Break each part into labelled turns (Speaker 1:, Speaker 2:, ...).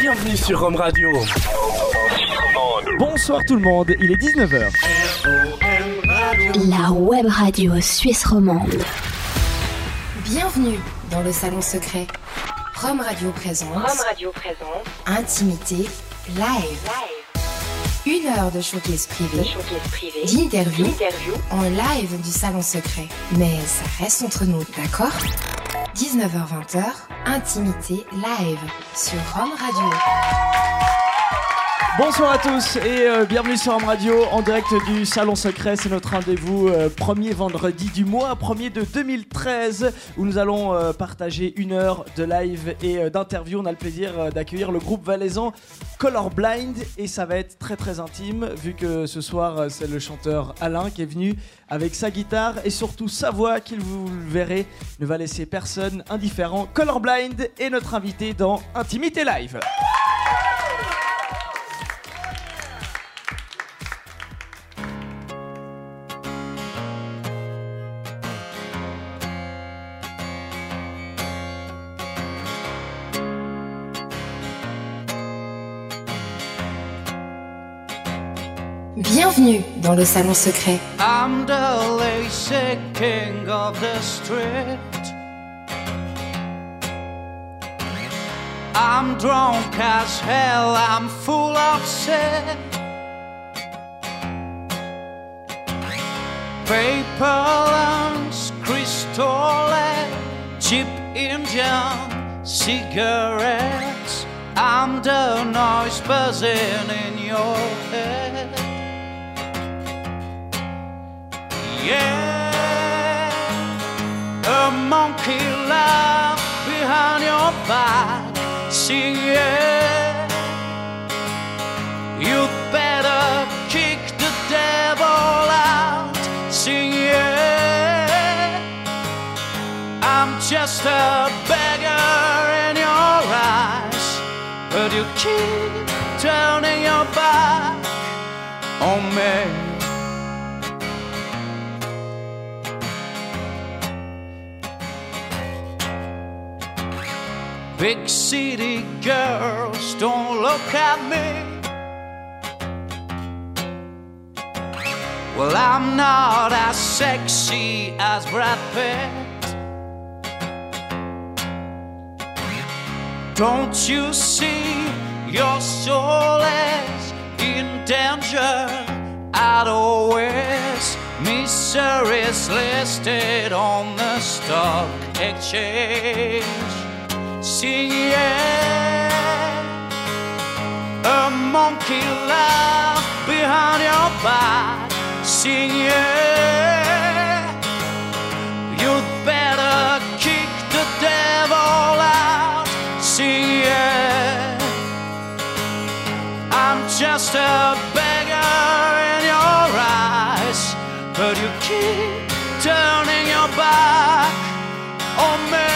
Speaker 1: Bienvenue sur Rome Radio.
Speaker 2: Bonsoir tout le monde, il est 19h.
Speaker 3: La web radio suisse romande.
Speaker 4: Bienvenue dans le salon secret. Rome Radio présente. Intimité live. 1 heure de showcase privé, d'interview en live du salon secret. Mais ça reste entre nous, d'accord ? 19h-20h, Intimité live sur Rome Radio.
Speaker 2: Bonsoir à tous et bienvenue sur Rome Radio en direct du Salon Secret. C'est notre rendez-vous premier vendredi du mois, premier de 2013, où nous allons partager 1 heure de live et d'interview. On a le plaisir d'accueillir le groupe valaisan Colorblind et ça va être très très intime vu que ce soir c'est le chanteur Alain qui est venu avec sa guitare et surtout sa voix qui, vous le verrez, ne va laisser personne indifférent. Colorblind est notre invité dans Intimité Live.
Speaker 4: Bienvenue dans le salon secret.
Speaker 5: I'm the lazy king of the street. I'm drunk as hell, I'm full of sin. Paper lungs, crystal cheap Indian cigarettes. I'm the noise buzzing in your head. Yeah, a monkey laugh behind your back. Sing yeah, you better kick the devil out. Sing yeah, I'm just a beggar in your eyes, but you keep turning your back on me. Big city girls, don't look at me. Well, I'm not as sexy as Brad Pitt. Don't you see your soul is in danger? I'd always misery is listed on the stock exchange. Sing yeah, a monkey laugh behind your back. Sing yeah, you'd better kick the devil out. Sing yeah, I'm just a beggar in your eyes, but you keep turning your back on me.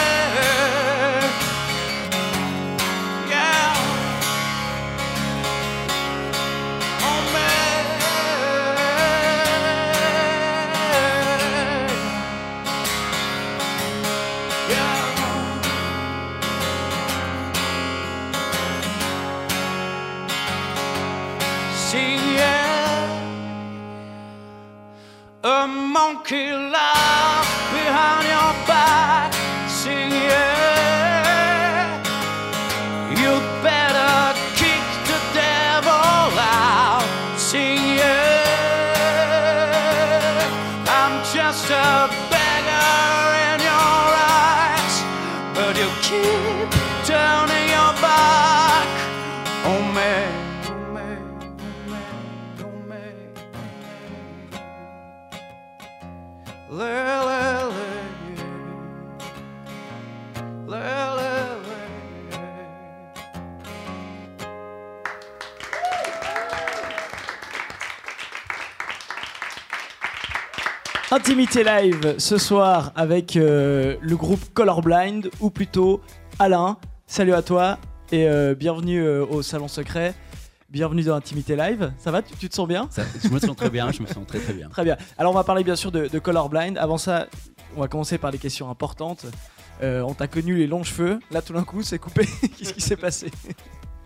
Speaker 5: A monkey laugh behind your back. Sing yeah, you better kick the devil out. Sing yeah, I'm just a beggar in your eyes, but you keep turning your back on me.
Speaker 2: Intimité live ce soir avec le groupe Colorblind, ou plutôt Alain. Salut à toi et bienvenue au Salon Secret. Bienvenue dans Intimité Live. Ça va, tu te sens bien ?
Speaker 6: Je me sens très bien, je me sens très très bien.
Speaker 2: Très bien. Alors on va parler bien sûr de Colorblind. Avant ça, on va commencer par les questions importantes. On t'a connu les longs cheveux, là tout d'un coup c'est coupé. Qu'est-ce qui s'est passé ?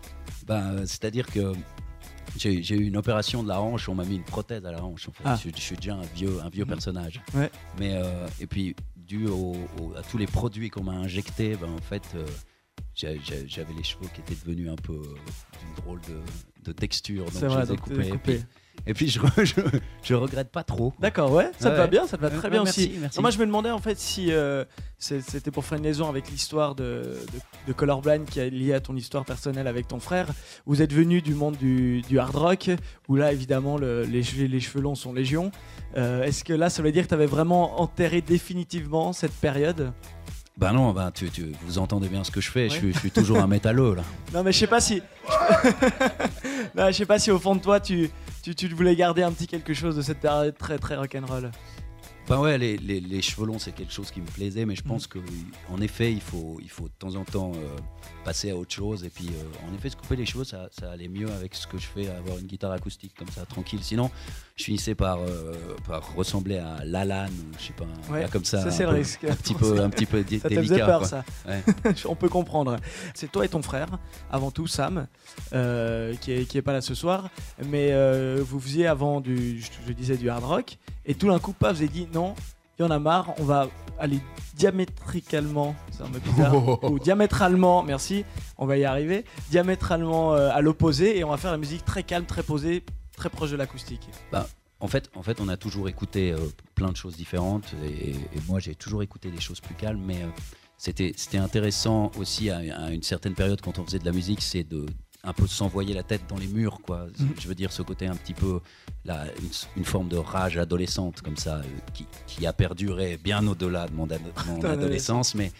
Speaker 6: C'est-à-dire que j'ai eu une opération de la hanche, on m'a mis une prothèse à la hanche en fait. Je suis déjà un vieux personnage.
Speaker 2: Ouais.
Speaker 6: Mais et puis dû à tous les produits qu'on m'a injectés, en fait j'avais les cheveux qui étaient devenus un peu d'une drôle de texture, donc
Speaker 2: c'est vrai,
Speaker 6: je les ai coupés. Et puis je regrette pas trop.
Speaker 2: D'accord, ouais, ça te va bien, ça te va très bien
Speaker 6: merci,
Speaker 2: aussi.
Speaker 6: Merci.
Speaker 2: Non, moi je me demandais en fait si c'était pour faire une liaison avec l'histoire de Colorblind qui est liée à ton histoire personnelle avec ton frère. Vous êtes venu du monde du hard rock, où là évidemment les cheveux longs sont légion. Est-ce que là ça veut dire que tu avais vraiment enterré définitivement cette période ?
Speaker 6: Bah non, vous entendez bien ce que je fais, ouais. je suis toujours un métalleux là.
Speaker 2: Non mais je sais pas si non, je sais pas si au fond de toi tu voulais garder un petit quelque chose de cette période très très rock'n'roll.
Speaker 6: Bah ouais, les cheveux longs c'est quelque chose qui me plaisait, mais je pense que en effet il faut de temps en temps passer à autre chose, et puis en effet se couper les cheveux ça allait mieux avec ce que je fais, avoir une guitare acoustique comme ça tranquille, sinon je finissais par ressembler à Lalanne ou je sais pas,
Speaker 2: ouais,
Speaker 6: comme ça
Speaker 2: c'est le risque,
Speaker 6: un petit peu délicat.
Speaker 2: Ça te faisait peur,
Speaker 6: quoi.
Speaker 2: Ça
Speaker 6: ouais.
Speaker 2: On peut comprendre. C'est toi et ton frère avant tout, Sam, qui est pas là ce soir, mais vous faisiez avant je disais du hard rock, et tout d'un coup pas vous avez dit non, il y en a marre, on va aller diamétralement, c'est un peu bizarre, ou diamétralement, merci, on va y arriver, diamétralement à l'opposé, et on va faire la musique très calme, très posée, très proche de l'acoustique.
Speaker 6: En fait, on a toujours écouté plein de choses différentes, et moi j'ai toujours écouté des choses plus calmes, mais c'était intéressant aussi à une certaine période quand on faisait de la musique, c'est de un peu s'envoyer la tête dans les murs, quoi. Je veux dire, ce côté un petit peu une forme de rage adolescente comme ça, qui a perduré bien au-delà de mon adolescence, mais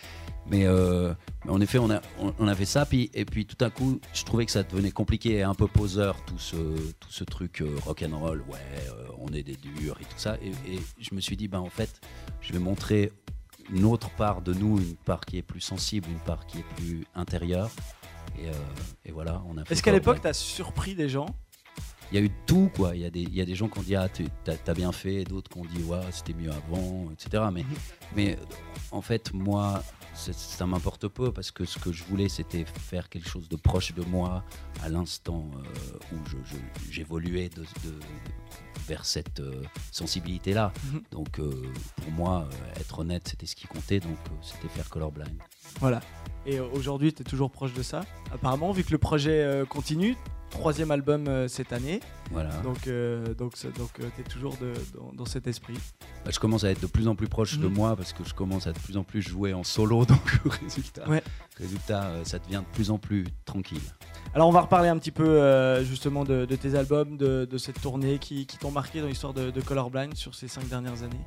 Speaker 6: en effet on a fait ça, et puis tout à coup je trouvais que ça devenait compliqué et un peu poseur, tout ce truc rock'n'roll, on est des durs et tout ça, et je me suis dit en fait je vais montrer une autre part de nous, une part qui est plus sensible, une part qui est plus intérieure. Et voilà, on a fait.
Speaker 2: Est-ce qu'à l'époque, t'as surpris des gens ?
Speaker 6: Il y a eu tout, quoi. Il y a des gens qui ont dit t'as bien fait, d'autres qui ont dit c'était mieux avant, etc. Mais en fait, moi, ça m'importe peu, parce que ce que je voulais, c'était faire quelque chose de proche de moi à l'instant où j'évoluais vers cette sensibilité-là. Donc pour moi, être honnête, c'était ce qui comptait, donc c'était faire Colorblind.
Speaker 2: Voilà. Et aujourd'hui, tu es toujours proche de ça, apparemment, vu que le projet continue. 3e album cette année. Voilà. Donc tu es toujours dans cet esprit.
Speaker 6: Je commence à être de plus en plus proche de moi, parce que je commence à de plus en plus jouer en solo, donc résultat, ça devient de plus en plus tranquille.
Speaker 2: Alors on va reparler un petit peu justement de tes albums, de cette tournée qui t'ont marqué dans l'histoire de Colorblind sur ces 5 dernières années.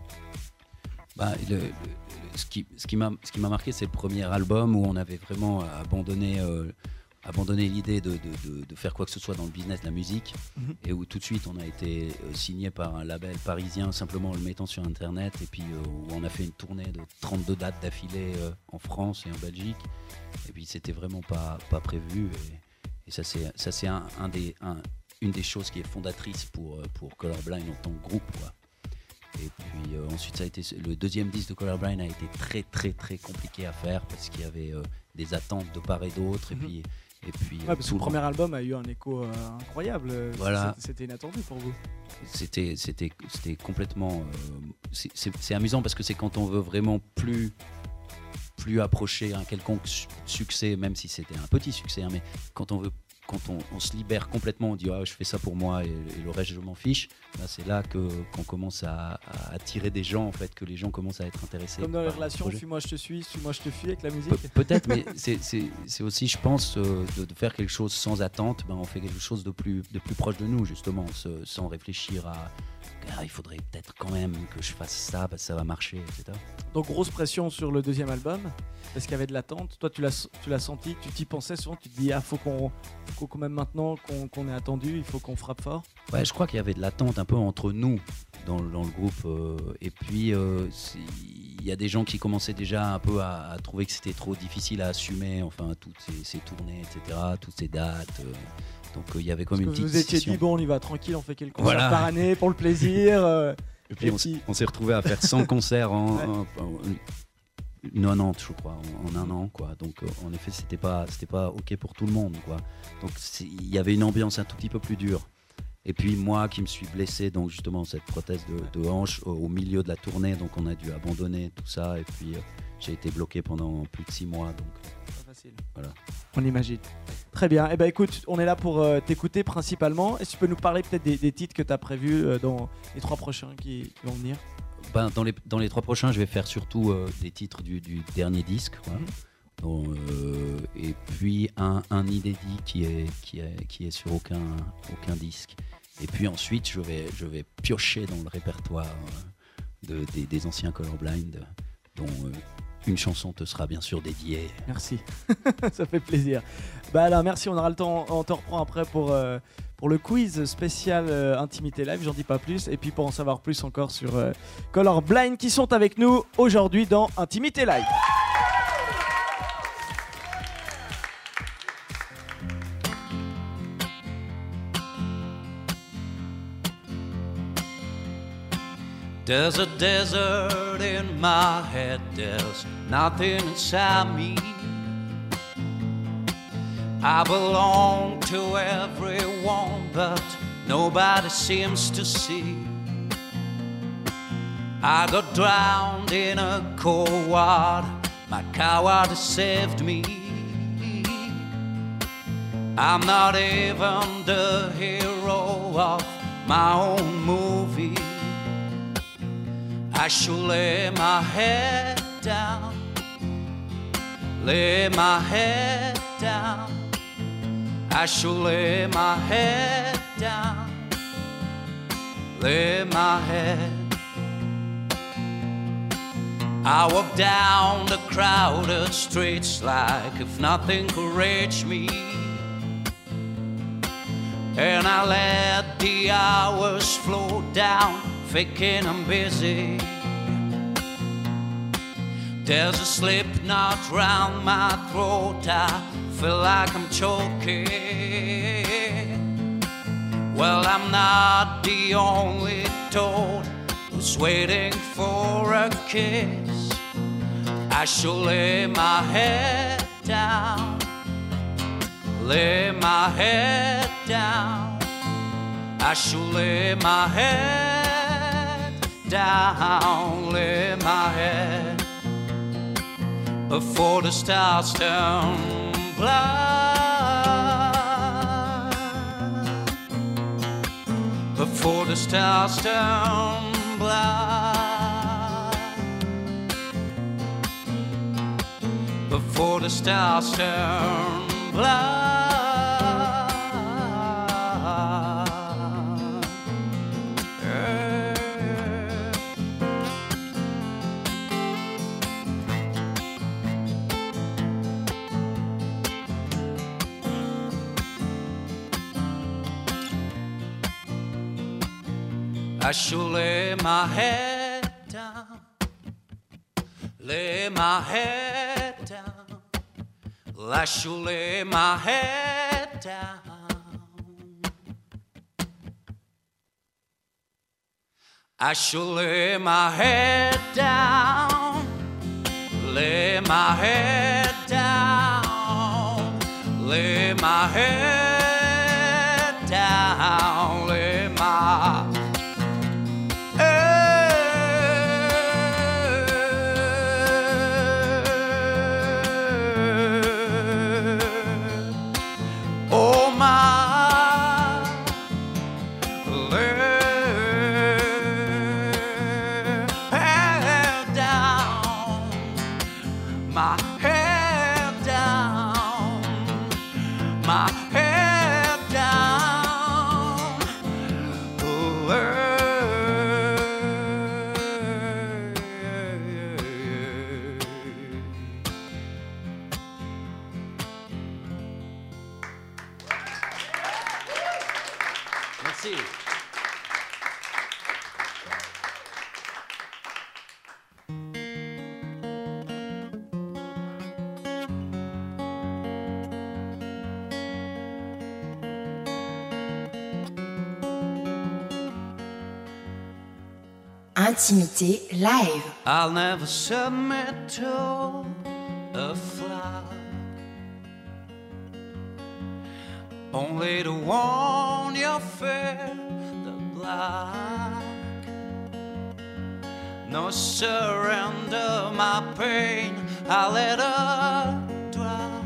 Speaker 6: Ce qui m'a marqué, c'est le premier album où on avait vraiment abandonné l'idée de faire quoi que ce soit dans le business de la musique, et où tout de suite on a été signé par un label parisien simplement en le mettant sur internet, et puis où on a fait une tournée de 32 dates d'affilée en France et en Belgique, et puis c'était vraiment pas prévu, et ça c'est une des choses qui est fondatrice pour Colorblind en tant que groupe, quoi. Et puis ensuite ça a été le deuxième disque de Colorblind, a été très très très compliqué à faire, parce qu'il y avait des attentes de part et d'autre, et puis
Speaker 2: parce que le premier album a eu un écho incroyable.
Speaker 6: Voilà.
Speaker 2: C'était inattendu pour vous.
Speaker 6: C'était complètement c'est amusant, parce que c'est quand on veut vraiment plus approcher un quelconque succès, même si c'était un petit succès, mais quand on se libère complètement, on dit je fais ça pour moi, et le reste je m'en fiche. Là, c'est là qu'on commence à attirer des gens, en fait, que les gens commencent à être intéressés.
Speaker 2: Comme dans les relations, suis-moi je te suis, suis-moi je te fuis avec la musique.
Speaker 6: Peut-être, mais c'est aussi, je pense, de faire quelque chose sans attente. On fait quelque chose de plus proche de nous, justement, sans réfléchir à il faudrait peut-être quand même que je fasse ça parce que ça va marcher, etc.
Speaker 2: Donc grosse pression sur le deuxième album, parce qu'il y avait de l'attente. Toi tu l'as senti, tu t'y pensais souvent, tu te dis faut quand même maintenant qu'on est attendu, il faut qu'on frappe fort.
Speaker 6: Ouais, je crois qu'il y avait de l'attente un peu entre nous dans le groupe, et puis il y a des gens qui commençaient déjà un peu à trouver que c'était trop difficile à assumer, enfin toutes ces tournées, etc., toutes ces dates. Donc il y avait comme une petite
Speaker 2: vous étiez
Speaker 6: scission.
Speaker 2: dit on y va tranquille, on fait quelques concerts par année pour le plaisir.
Speaker 6: Et puis on s'est retrouvé à faire 100 concerts une 90, je crois, en un an, quoi. Donc, en effet, c'était pas OK pour tout le monde, quoi. Donc, il y avait une ambiance un tout petit peu plus dure. Et puis, moi qui me suis blessé, donc justement, cette prothèse de hanche au milieu de la tournée, donc on a dû abandonner tout ça. Et puis, j'ai été bloqué pendant plus de 6 mois. Donc,
Speaker 2: Pas facile.
Speaker 6: Voilà.
Speaker 2: On imagine. Très bien. Eh ben écoute, on est là pour t'écouter principalement. Est-ce que tu peux nous parler peut-être des titres que tu as prévus dans les 3 prochains qui vont venir?
Speaker 6: Dans les 3 prochains, je vais faire surtout des titres du dernier disque. Voilà. Et puis un inédit qui est sur aucun disque. Et puis ensuite, je vais piocher dans le répertoire des anciens Colorblind, dont une chanson te sera bien sûr dédiée.
Speaker 2: Merci, ça fait plaisir. Bah alors merci, on aura le temps, on te reprend après pour le quiz spécial Intimité Live, j'en dis pas plus. Et puis pour en savoir plus encore sur Colorblind qui sont avec nous aujourd'hui dans Intimité Live.
Speaker 5: There's a desert in my head, there's nothing inside me. I belong to everyone, but nobody seems to see. I got drowned in a cold water, my coward saved me. I'm not even the hero of my own movie. I should lay my head down, lay my head down. I should lay my head down, lay my head. I walk down the crowded streets like if nothing could reach me, and I let the hours flow down, faking I'm busy. There's a slip knot round my throat, I feel like I'm choking. Well, I'm not the only toad who's waiting for a kiss. I should lay my head down, lay my head down. I should lay my head down, lay my head before the stars turn blind, before the stars turn blind, before the stars turn blind. I should lay my head down, lay my head down. I should lay my head down. I should lay my head down, lay my head down, lay my head down, lay my
Speaker 4: Intimité live.
Speaker 5: I'll never submit to a flag, only to warn you fear the black. No surrender, my pain, I'll let her drag.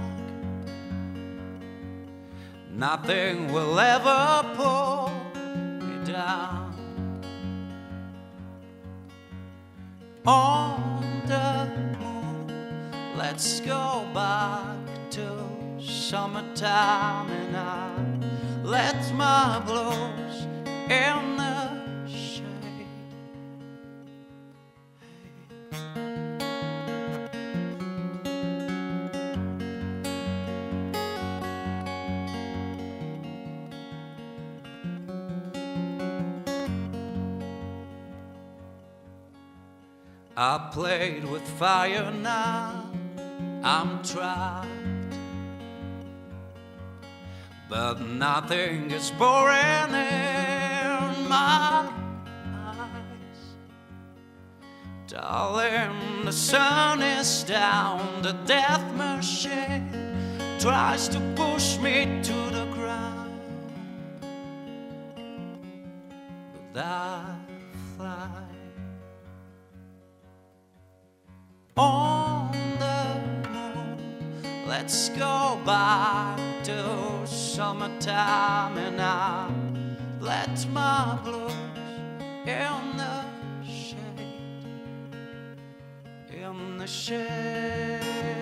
Speaker 5: Nothing will ever pull me down. On the moon, let's go back to summertime, and I let my blues in the shade. I played with fire, now I'm trapped, but nothing is boring in my eyes. Darling, the sun is down, the death machine tries to push me to the ground, but I fly. On the moon, let's go back to summertime, and I let my blues in the shade, in the shade.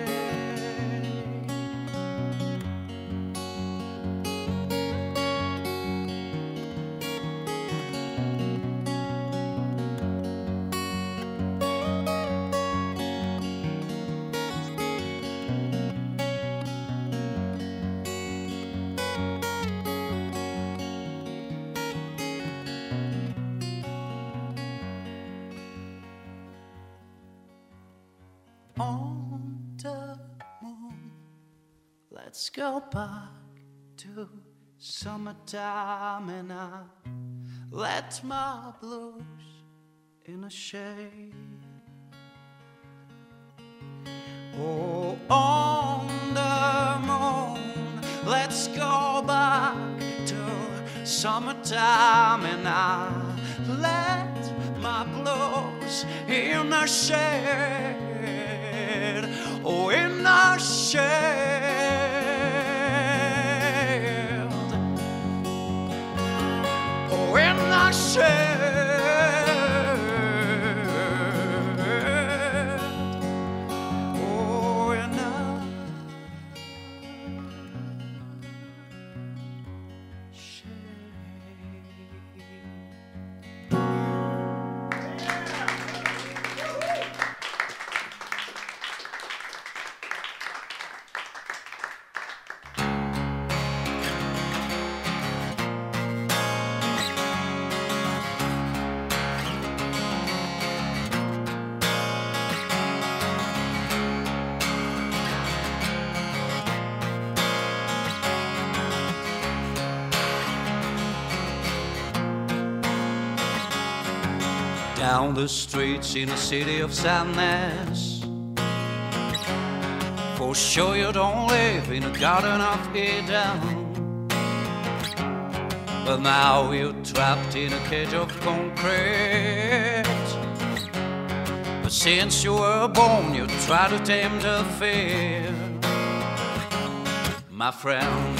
Speaker 5: On the moon, let's go back to summertime, and I let my blues in a shade. Oh, on the moon, let's go back to summertime, and I let my blues in a shade. Oh, in the shade. Oh, in the shade. Oh, in the shade. Down the streets in a city of sadness, for sure you don't live in a garden of Eden, but now you're trapped in a cage of concrete. But since you were born, you try to tame the fear, my friend.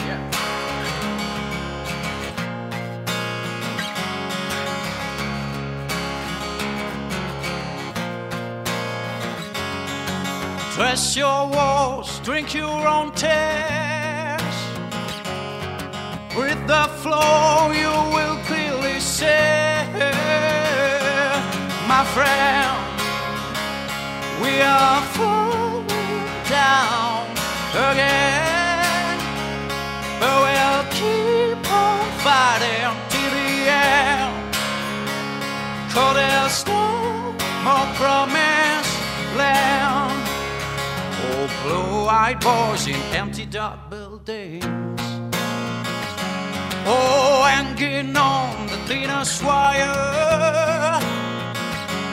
Speaker 5: Dress your walls, drink your own tears. With the flow you will clearly see, my friend, we are falling down again, but we'll keep on fighting till the end, 'cause there's no more promised land. Oh, blue-eyed boys in empty dark buildings, oh, hanging on the thinnest wire,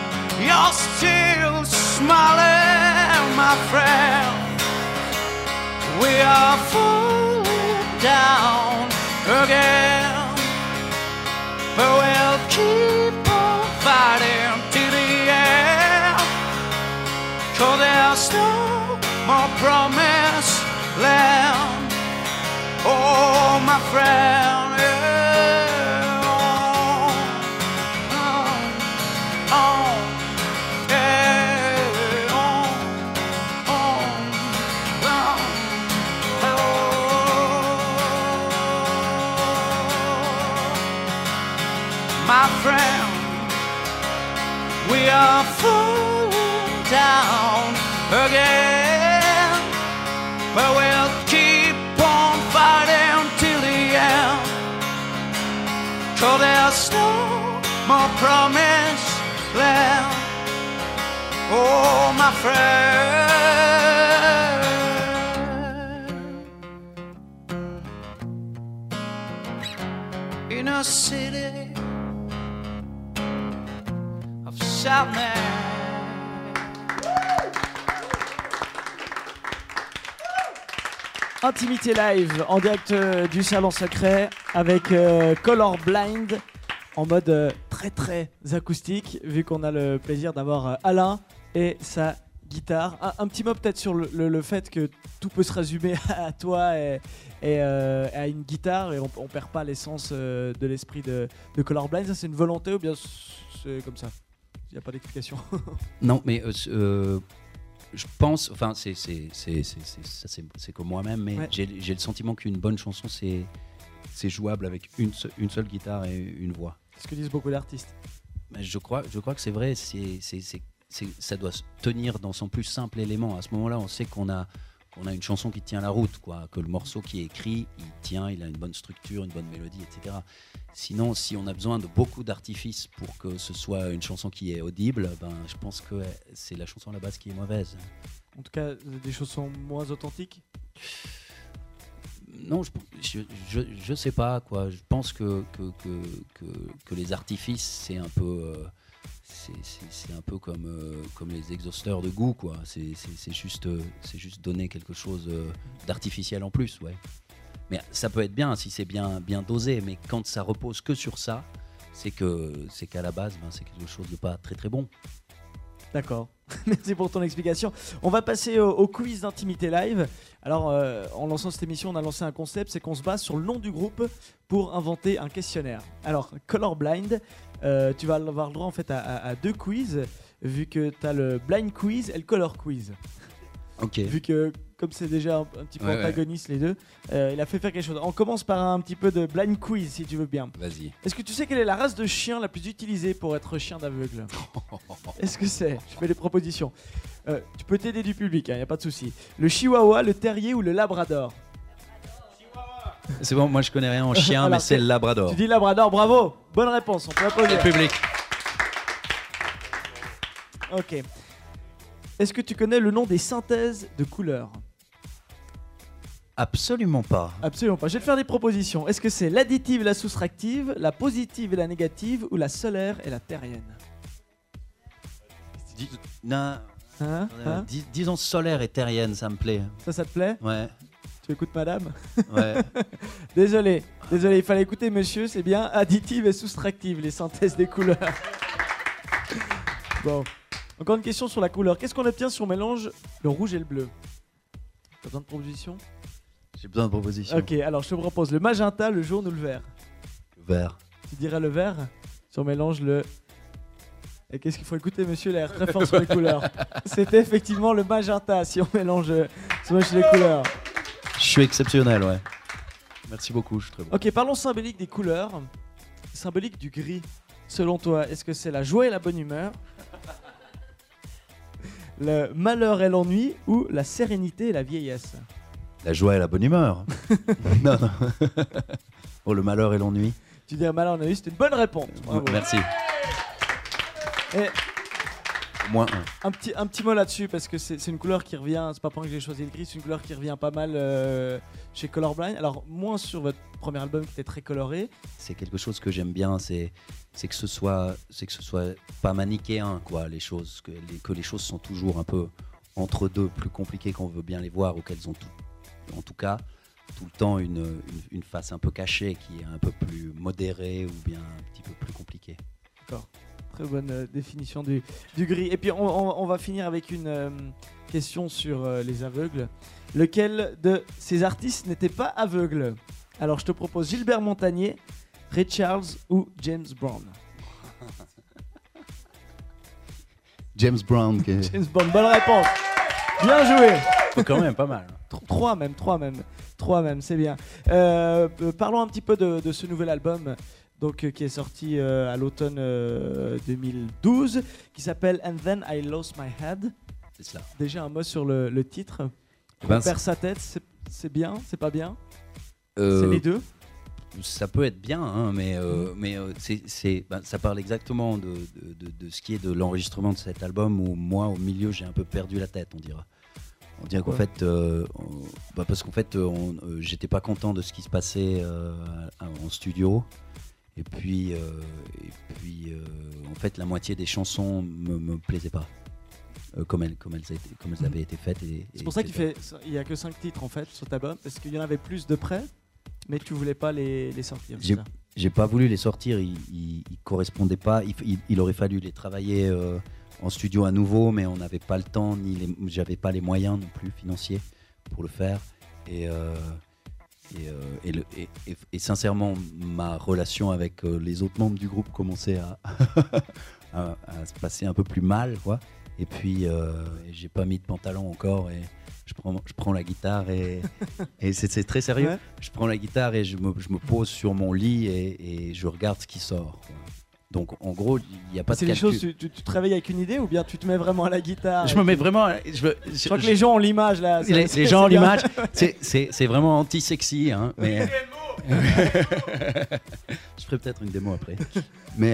Speaker 5: you're still smiling, my friend. We are falling down again, but we'll keep on fighting till the end, 'cause there's no more promised land. Oh, my friend, yeah. Oh, yeah. My friend, we are falling down again, but we'll keep on fighting till the end, 'cause there's no more promise left. Oh, my friend. In a city of sadness.
Speaker 2: Intimité live en direct du salon secret avec Colorblind en mode très très acoustique, vu qu'on a le plaisir d'avoir Alain et sa guitare. Un petit mot peut-être sur le fait que tout peut se résumer à toi et à une guitare et on perd pas l'essence de l'esprit de Colorblind. Ça c'est une volonté ou bien c'est comme ça? Il n'y a pas d'explication.
Speaker 6: Non, mais je pense, enfin c'est comme moi-même, mais
Speaker 2: Ouais.
Speaker 6: j'ai le sentiment qu'une bonne chanson c'est jouable avec une seule guitare et une voix.
Speaker 2: C'est ce que disent beaucoup d'artistes.
Speaker 6: Mais je crois que c'est vrai, ça doit se tenir dans son plus simple élément. À ce moment-là, on sait qu'on a une chanson qui tient la route, quoi, que le morceau qui est écrit, il tient, il a une bonne structure, une bonne mélodie, etc. Sinon, si on a besoin de beaucoup d'artifices pour que ce soit une chanson qui est audible, ben, je pense que c'est la chanson à la base qui est mauvaise.
Speaker 2: En tout cas, des choses sont moins authentiques.
Speaker 6: Non, je sais pas, quoi. Je pense que les artifices, c'est un peu... c'est un peu comme les exhausteurs de goût, quoi. C'est juste donner quelque chose d'artificiel en plus, ouais. Mais ça peut être bien si c'est bien dosé, mais quand ça repose que sur ça, c'est qu'à la base, ben, c'est quelque chose de pas très très bon.
Speaker 2: D'accord, merci pour ton explication. On va passer au quiz d'intimité live. Alors, en lançant cette émission, on a lancé un concept, c'est qu'on se base sur le nom du groupe pour inventer un questionnaire. Alors, Colorblind, tu vas avoir le droit en fait à deux quiz, vu que tu as le blind quiz et le color quiz.
Speaker 6: Ok.
Speaker 2: Vu que, comme c'est déjà un petit peu
Speaker 6: Ouais,
Speaker 2: antagoniste les deux, il a fait faire quelque chose. On commence par un petit peu de blind quiz, si tu veux bien.
Speaker 6: Vas-y.
Speaker 2: Est-ce que tu sais quelle est la race de chien la plus utilisée pour être chien d'aveugle? Est-ce que c'est? Je fais des propositions. Tu peux t'aider du public, il n'y a pas de souci. Le chihuahua, le terrier ou le labrador?
Speaker 6: C'est bon, moi je connais rien en chien,
Speaker 2: Alors,
Speaker 6: mais c'est le labrador.
Speaker 2: Tu dis labrador, bravo. Bonne réponse, on peut applaudir.
Speaker 6: Le public.
Speaker 2: Ok. Est-ce que tu connais le nom des synthèses de couleurs?
Speaker 6: Absolument pas.
Speaker 2: Absolument pas. Je vais te faire des propositions. Est-ce que c'est l'additive et la soustractive, la positive et la négative ou la solaire et la terrienne?
Speaker 6: Non,
Speaker 2: Hein
Speaker 6: disons solaire et terrienne, ça me plaît.
Speaker 2: Ça te plaît?
Speaker 6: Ouais,
Speaker 2: Tu écoutes madame?
Speaker 6: ouais.
Speaker 2: Désolé, il fallait écouter monsieur, c'est bien additive et soustractive, les synthèses des couleurs. Bon, encore une question sur la couleur. Qu'est-ce qu'on obtient si on mélange le rouge et le bleu? T'as besoin de propositions?
Speaker 6: J'ai besoin de propositions.
Speaker 2: Ok, alors je te propose le magenta, le jaune ou le vert?
Speaker 6: Vert.
Speaker 2: Tu dirais le vert si on mélange le... Et qu'est-ce qu'il faut écouter monsieur, il a l'air très fort sur les couleurs. C'était effectivement le magenta si on mélange les couleurs.
Speaker 6: Je suis exceptionnel, ouais. Merci beaucoup, je suis très bon.
Speaker 2: Ok, parlons symbolique des couleurs. Symbolique du gris. Selon toi, est-ce que c'est la joie et la bonne humeur, le malheur et l'ennui ou la sérénité et la vieillesse?
Speaker 6: La joie et la bonne humeur. Non. Oh, le malheur et l'ennui.
Speaker 2: Tu dis malheur et l'ennui, c'est une bonne réponse. Bravo.
Speaker 6: Merci.
Speaker 2: Et
Speaker 6: moins 1.
Speaker 2: Un petit mot là-dessus, parce que c'est une couleur qui revient, c'est pas pour rien que j'ai choisi le gris, c'est une couleur qui revient pas mal chez Colorblind. Alors, moins sur votre premier album qui était très coloré.
Speaker 6: C'est quelque chose que j'aime bien, c'est que ce soit pas manichéen, quoi, les choses, que les choses sont toujours un peu entre deux, plus compliquées qu'on veut bien les voir, ou qu'elles ont en tout cas tout le temps une face un peu cachée qui est un peu plus modérée ou bien un petit peu plus compliquée.
Speaker 2: D'accord. Très bonne définition du gris. Et puis on va finir avec une question sur les aveugles. Lequel de ces artistes n'était pas aveugle? Alors je te propose Gilbert Montagnier, Ray Charles ou James Brown.
Speaker 6: James Brown.
Speaker 2: James Brown, bonne réponse. Bien joué.
Speaker 6: Quand même pas mal.
Speaker 2: Trois même, c'est bien. Parlons un petit peu de ce nouvel album donc, qui est sorti à l'automne 2012, qui s'appelle And Then I Lost My Head.
Speaker 6: C'est cela.
Speaker 2: Déjà un mot sur le titre. On perd sa tête, c'est bien, c'est pas bien? C'est les deux?
Speaker 6: Ça peut être bien, hein, mais ça parle exactement de ce qui est de l'enregistrement de cet album où moi, au milieu, j'ai un peu perdu la tête, on dira. On dirait qu'en fait, parce qu'en fait, j'étais pas content de ce qui se passait en studio. Et puis en fait, la moitié des chansons me plaisaient pas, comme elles avaient été faites.
Speaker 2: C'est pour ça qu'il y a que 5 titres en fait sur cet album, parce qu'il y en avait plus de près, mais tu voulais pas les sortir.
Speaker 6: J'ai pas voulu les sortir, ils correspondaient pas. Il aurait fallu les travailler en studio à nouveau, mais on n'avait pas le temps, j'avais pas les moyens non plus financiers pour le faire. Et sincèrement, ma relation avec les autres membres du groupe commençait à se passer un peu plus mal, quoi. Et puis, j'ai pas mis de pantalon encore et je prends la guitare et c'est très sérieux. Ouais. Je prends la guitare et je me pose sur mon lit et je regarde ce qui sort, quoi. Donc en gros, il n'y a pas de calcul.
Speaker 2: C'est les choses, tu te réveilles avec une idée ou bien tu te mets vraiment à la guitare?
Speaker 6: Je me mets vraiment.
Speaker 2: Je crois que les gens ont l'image là.
Speaker 6: Les gens ont l'image. C'est vraiment anti-sexy, hein, mais. Je ferai peut-être une démo après. Mais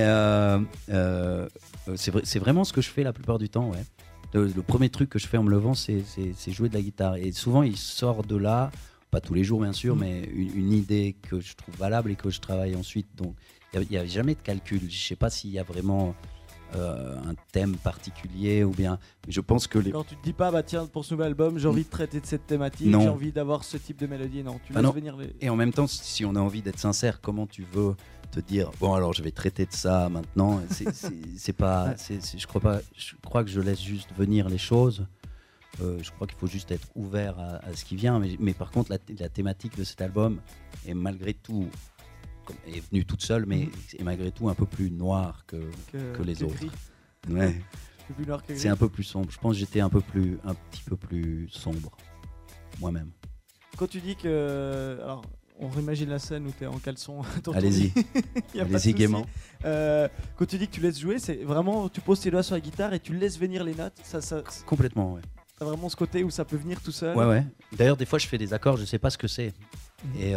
Speaker 6: c'est vraiment ce que je fais la plupart du temps, ouais. Le premier truc que je fais en me levant, c'est jouer de la guitare. Et souvent, il sort de là, pas tous les jours bien sûr, mais une idée que je trouve valable et que je travaille ensuite. Donc, il n'y a jamais de calcul. Je ne sais pas s'il y a vraiment un thème particulier ou bien. Je pense que
Speaker 2: quand tu te dis pas, bah tiens, pour ce nouvel album, j'ai envie de traiter de cette thématique, j'ai envie d'avoir ce type de mélodie. Non, tu laisses venir les.
Speaker 6: Et en même temps, si on a envie d'être sincère, comment tu veux te dire bon alors je vais traiter de ça maintenant? C'est pas. Je crois que je laisse juste venir les choses. Je crois qu'il faut juste être ouvert à ce qui vient. Mais par contre, la thématique de cet album est malgré tout. Est venue toute seule, mais est malgré tout un peu plus noire que les autres. Ouais. C'est un peu plus sombre. Je pense que j'étais un petit peu plus sombre moi-même.
Speaker 2: Quand tu dis que, alors, on imagine la scène où tu es en caleçon.
Speaker 6: Allez-y, allez-y gaiement.
Speaker 2: Quand tu dis que tu laisses jouer, c'est vraiment tu poses tes doigts sur la guitare et tu laisses venir les notes. Ça...
Speaker 6: Complètement, ouais.
Speaker 2: T'as vraiment ce côté où ça peut venir tout seul.
Speaker 6: Ouais. D'ailleurs, des fois, je fais des accords, je sais pas ce que c'est. Et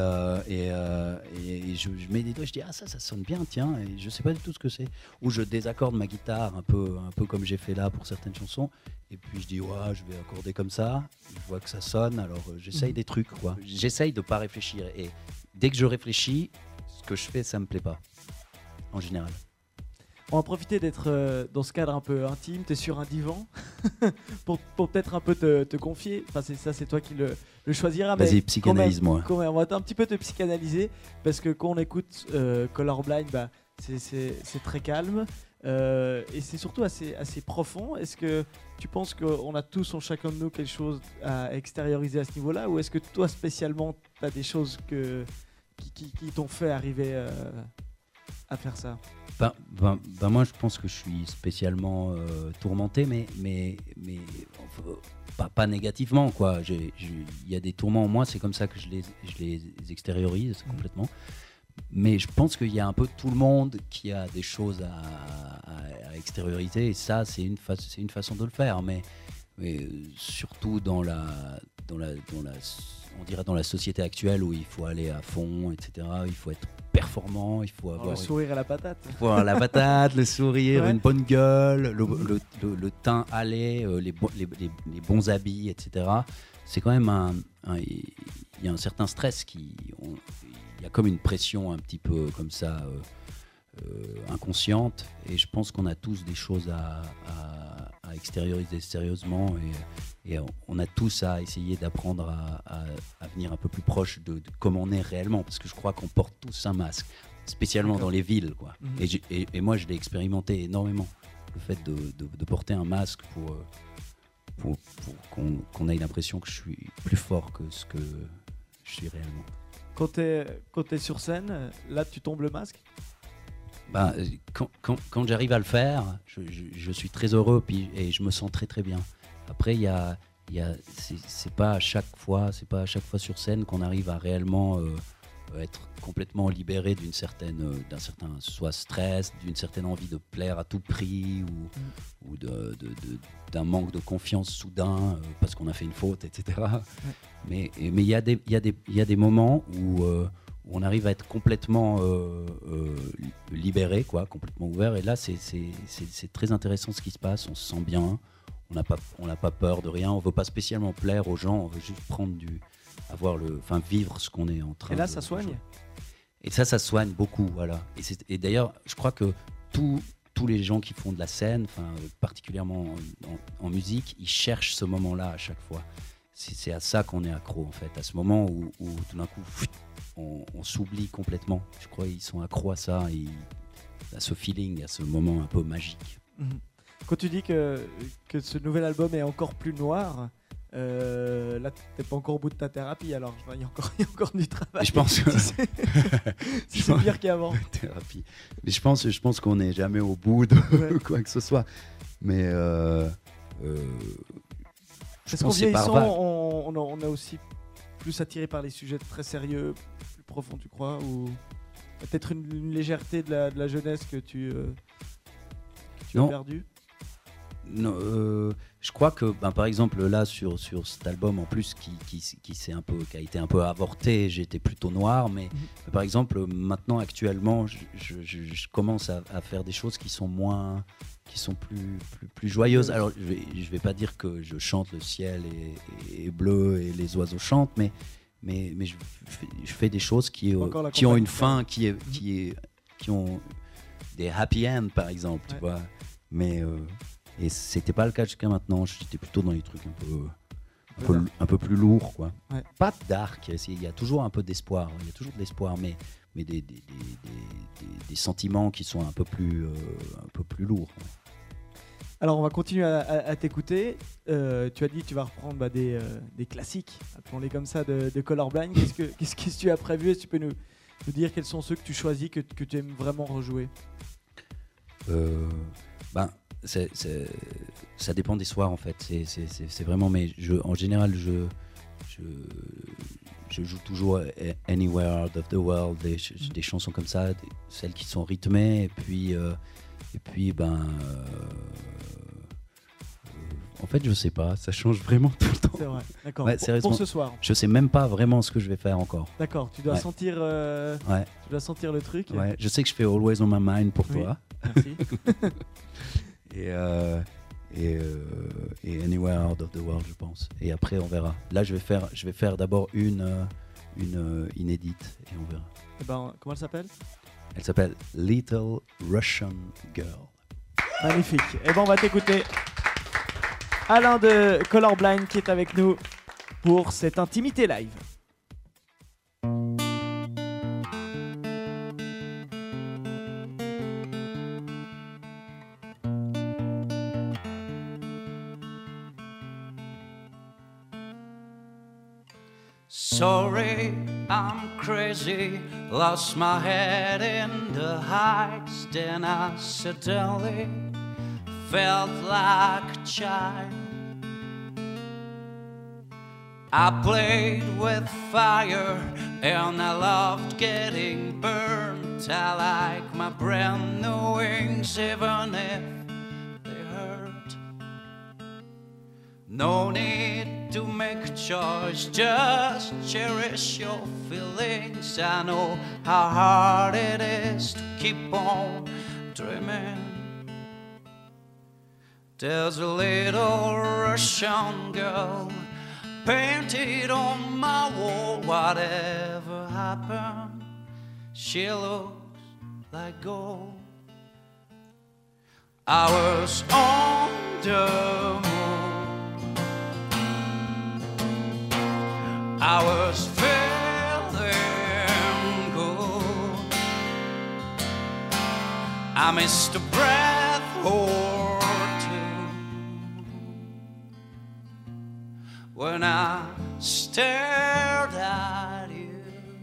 Speaker 6: je mets des doigts, je dis ça sonne bien, tiens, et je sais pas du tout ce que c'est. Ou je désaccorde ma guitare un peu comme j'ai fait là pour certaines chansons. Et puis je dis je vais accorder comme ça. Je vois que ça sonne, alors j'essaye des trucs, quoi. J'essaye de pas réfléchir. Et dès que je réfléchis, ce que je fais, ça me plaît pas, en général.
Speaker 2: On va profiter d'être dans ce cadre un peu intime, tu es sur un divan, pour peut-être un peu te confier. Enfin, c'est toi qui le choisiras.
Speaker 6: Vas-y, psychanalyse-moi.
Speaker 2: On va un petit peu te psychanalyser, parce que quand on écoute Colorblind, c'est très calme, et c'est surtout assez profond. Est-ce que tu penses qu'on a tous en chacun de nous quelque chose à extérioriser à ce niveau-là, ou est-ce que toi spécialement, tu as des choses qui t'ont fait arriver à faire ça?
Speaker 6: Moi je pense que je suis spécialement tourmenté, mais pas négativement, quoi. Il y a des tourments en moi, c'est comme ça que je les extériorise complètement. Mais je pense qu'il y a un peu tout le monde qui a des choses à extérioriser, et ça c'est une façon de le faire, mais surtout dans la société actuelle où il faut aller à fond, etc. Il faut être performant, il faut avoir
Speaker 2: le sourire à la patate.
Speaker 6: il faut avoir la patate, le sourire,
Speaker 2: Ouais.
Speaker 6: une bonne gueule, le teint allé, les bons habits, etc. C'est quand même il y a un certain stress il y a comme une pression un petit peu comme ça inconsciente, et je pense qu'on a tous des choses à extérioriser sérieusement, et on a tous à essayer d'apprendre à venir un peu plus proche de comment on est réellement, parce que je crois qu'on porte tous un masque, spécialement
Speaker 2: D'accord.
Speaker 6: dans les villes, quoi. Et moi je l'ai expérimenté énormément, le fait de porter un masque pour qu'on ait l'impression que je suis plus fort que ce que je suis réellement.
Speaker 2: Quand t'es sur scène, là tu tombes le masque.
Speaker 6: Bah, quand j'arrive à le faire, je suis très heureux, et je me sens très très bien. Après, c'est pas à chaque fois sur scène qu'on arrive à réellement être complètement libéré d'un certain soit stress, d'une certaine envie de plaire à tout prix, ou d'un manque de confiance soudain parce qu'on a fait une faute, etc. Mais il y a des moments où on arrive à être complètement libéré, quoi, complètement ouvert, et là c'est très intéressant ce qui se passe. On se sent bien, on n'a pas peur de rien, on veut pas spécialement plaire aux gens, on veut juste vivre ce qu'on est en train de...
Speaker 2: Et là ça soigne.
Speaker 6: Et ça soigne beaucoup, voilà. Et d'ailleurs, je crois que tous les gens qui font de la scène, particulièrement en musique, ils cherchent ce moment-là à chaque fois. C'est à ça qu'on est accro, en fait, à ce moment où tout d'un coup, on s'oublie complètement. Je crois qu'ils sont accros à ça, à ce feeling, à ce moment un peu magique.
Speaker 2: Quand tu dis que ce nouvel album est encore plus noir, là t'es pas encore au bout de ta thérapie, alors il y a encore du travail.
Speaker 6: Et je pense que
Speaker 2: si c'est pire qu'avant.
Speaker 6: Thérapie. Mais je pense qu'on n'est jamais au bout de quoi que ce soit. Mais
Speaker 2: parce qu'en vieillissant, on a aussi plus attiré par les sujets très sérieux, plus profonds, tu crois, ou peut-être une légèreté de la jeunesse que tu as perdue.
Speaker 6: Non, je crois que, par exemple, là, sur cet album, en plus, qui a été un peu avorté, j'étais plutôt noir, mais par exemple, maintenant, actuellement, je commence à faire des choses qui sont plus joyeuses. Alors, je vais pas dire que je chante le ciel est bleu et les oiseaux chantent, mais je fais des choses qui ont une fin, qui ont des happy ends, par exemple, tu vois. Mais et c'était pas le cas jusqu'à maintenant. J'étais plutôt dans les trucs un peu plus lourds, quoi.
Speaker 2: Ouais.
Speaker 6: Pas dark. Il y a toujours un peu d'espoir. Il y a toujours de l'espoir, mais des sentiments qui sont un peu plus lourds. Ouais.
Speaker 2: Alors on va continuer à t'écouter. Tu as dit que tu vas reprendre des classiques, appelons-les comme ça, de Colorblind. Qu'est-ce que tu as prévu? Est-ce que tu peux nous dire quels sont ceux que tu choisis, que tu aimes vraiment rejouer?
Speaker 6: Ça dépend des soirs, en fait. C'est vraiment, mais en général, je joue toujours Anywhere Out of the World, des chansons comme ça, celles qui sont rythmées, et puis en fait, je sais pas, ça change vraiment tout le temps.
Speaker 2: C'est vrai, d'accord.
Speaker 6: Ouais,
Speaker 2: pour ce soir.
Speaker 6: Je sais même pas vraiment ce que je vais faire encore.
Speaker 2: D'accord, tu dois sentir tu dois sentir le truc.
Speaker 6: Ouais, je sais que je fais Always on My Mind pour toi.
Speaker 2: Merci.
Speaker 6: et Anywhere Out of the World, je pense. Et après, on verra. Là, je vais faire d'abord une inédite, et on verra.
Speaker 2: Comment elle s'appelle?
Speaker 6: Elle s'appelle Little Russian Girl.
Speaker 2: Magnifique. Et on va t'écouter. Alain de Colorblind qui est avec nous pour cette intimité live.
Speaker 5: Sorry, I'm crazy, lost my head in the heights. Then I suddenly felt like a child. I played with fire and I loved getting burned. I like my brand new wings even if they hurt. No need to make a choice. Just cherish your feelings. I know how hard it is to keep on dreaming. There's a little Russian girl painted on my wall. Whatever happened, she looks like gold. I was on the moon. I was feeling good. I missed a breath or two when I stared at you.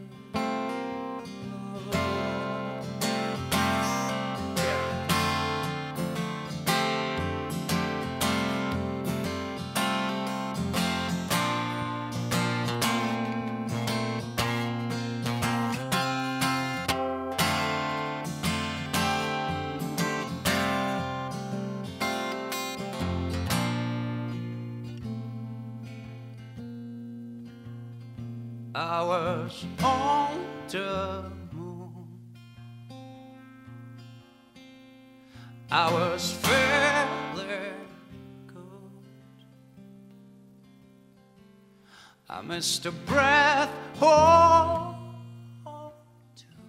Speaker 5: I was on the moon. I was feeling good. I missed a breath or two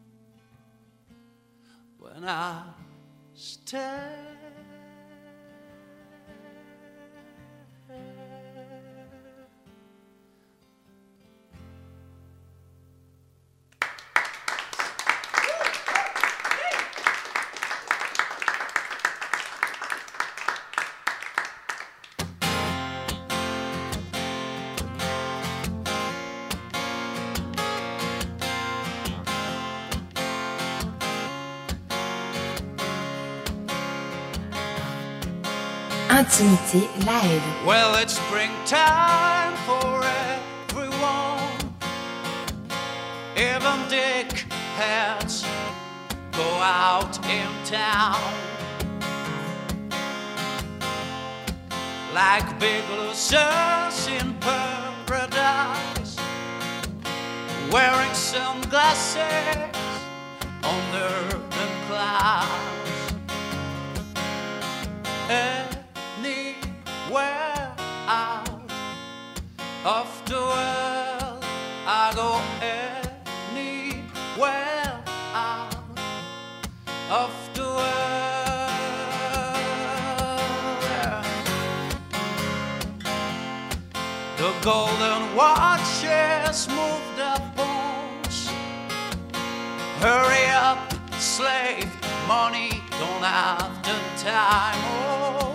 Speaker 5: when I stared.
Speaker 4: Intimité live.
Speaker 5: Well, it's springtime for everyone. Even dickheads go out in town. Like big losers in paradise, wearing sunglasses under the clouds. Anywhere out of the world I go, anywhere out of the world. The golden watches move the bones. Hurry up, slave, money don't have the time. Oh.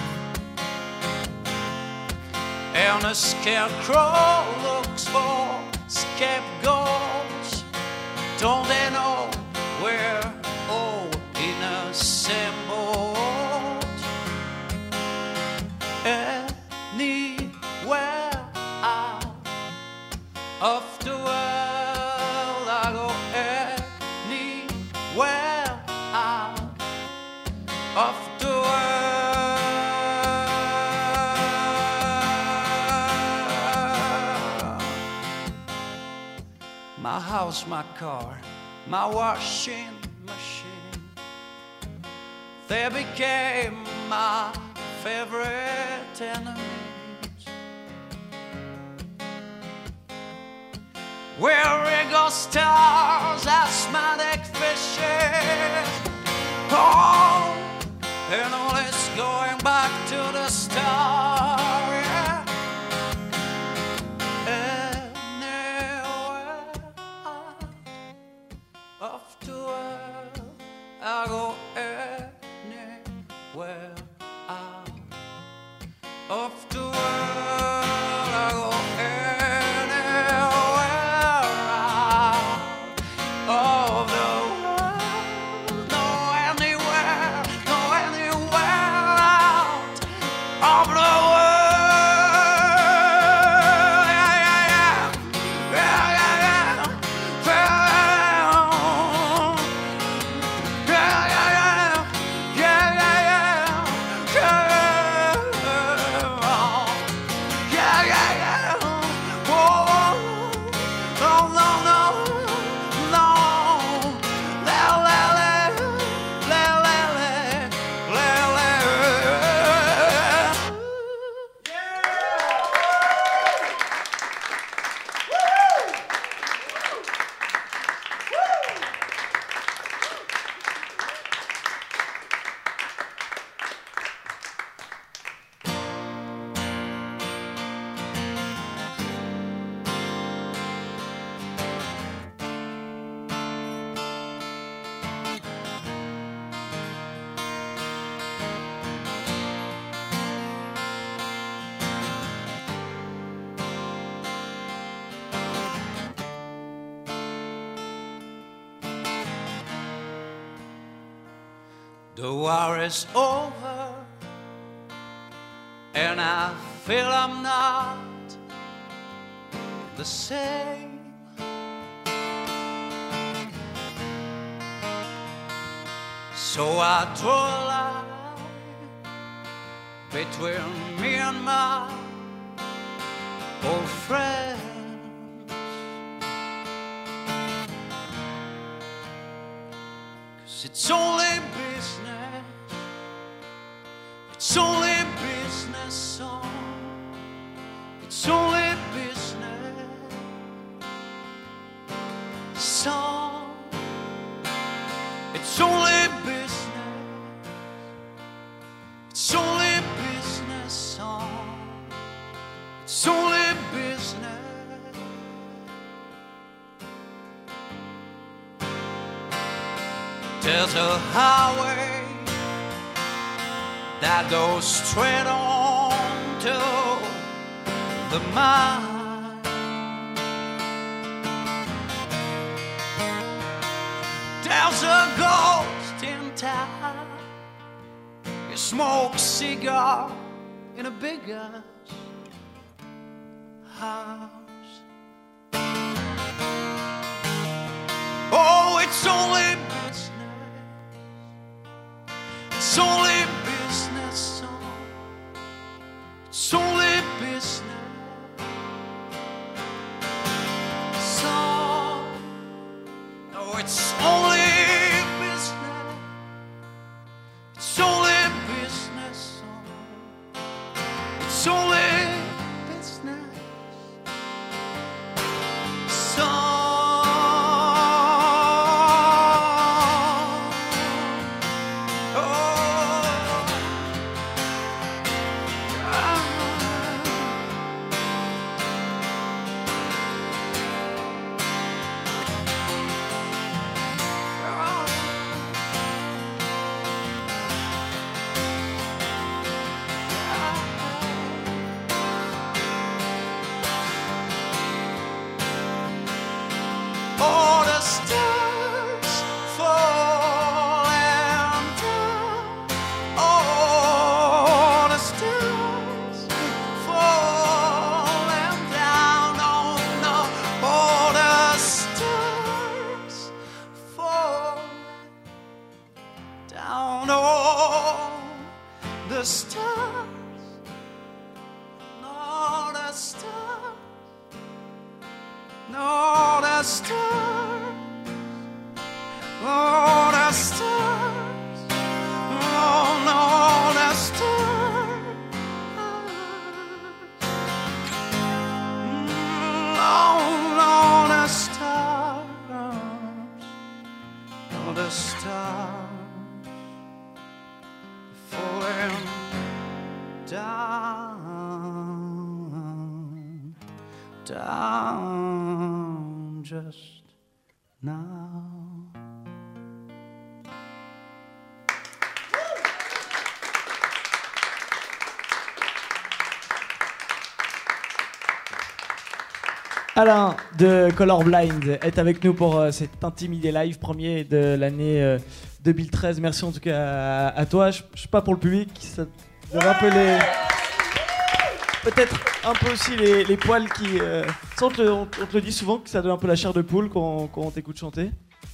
Speaker 5: And a scarecrow looks for scapegoats. Don't they know we're all in a same boat? Anywhere out of the world I go, anywhere out of the world. My house, my car, my washing machine, they became my favorite enemies. Wearing ghost stars, asthmatic fishes. Oh, and all is going back to the start. Yeah. Anywhere out of the world I go, anywhere out of the world I go, anywhere out of the world. No, anywhere out of the world. Yeah. The war is over, and I feel I'm not the same. So I draw a line between me and my old friends. 'Cause it's only business. It's only business song. It's only business song. It's only business. It's only business song. It's only business. There's a highway that goes straight on to the mine. There's a ghost in town. You smoke a cigar in a big ass house. Oh, it's only business. It's only business song. It's only business song. No, it's only business. It's only business song. It's only business song. All the stars falling down. All the stars falling down. Oh no, all the stars falling down. All the stars. All the stars. No, the stars, oh, the stars, oh, no, the stars, oh, no, the stars, oh, the stars falling down, down just now.
Speaker 2: Alain de Colorblind est avec nous pour cet Intimidé Live, premier de l'année 2013. Merci en tout cas à toi. Je sais pas pour le public, ça devrait un peu les... Peut-être un peu aussi les poils qui... Ça, on te le dit souvent que ça donne un peu la chair de poule quand on t'écoute chanter.